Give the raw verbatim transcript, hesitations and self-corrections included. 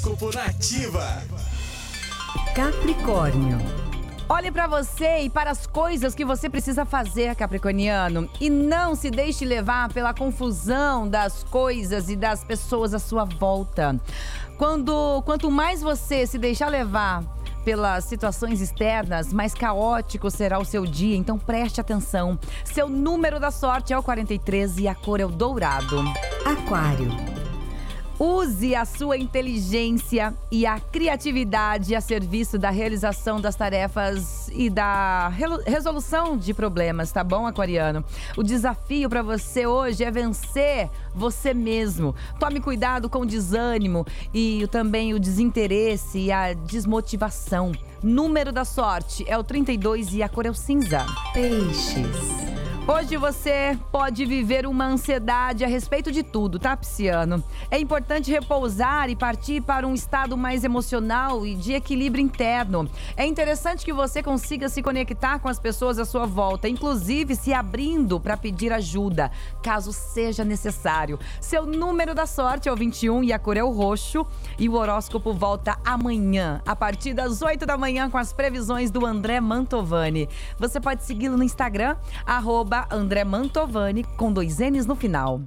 Horóscopo Nativa. Capricórnio. Olhe para você e para as coisas que você precisa fazer, capricorniano, e não se deixe levar pela confusão das coisas e das pessoas à sua volta. Quando, quanto mais você se deixar levar pelas situações externas, mais caótico será o seu dia, então preste atenção. Seu número da sorte é o quarenta e três e a cor é o dourado. Aquário. Use a sua inteligência e a criatividade a serviço da realização das tarefas e da resolução de problemas, tá bom, aquariano? O desafio para você hoje é vencer você mesmo. Tome cuidado com o desânimo e também o desinteresse e a desmotivação. Número da sorte é o trinta e dois e a cor é o cinza. Peixes. Hoje você pode viver uma ansiedade a respeito de tudo, tá, pisciano? É importante repousar e partir para um estado mais emocional e de equilíbrio interno. É interessante que você consiga se conectar com as pessoas à sua volta, inclusive se abrindo para pedir ajuda, caso seja necessário. Seu número da sorte é o vinte e um e a cor é o roxo. E o horóscopo volta amanhã, a partir das oito da manhã, com as previsões do André Mantovani. Você pode segui-lo no Instagram, arroba André Mantovani, com dois N's no final.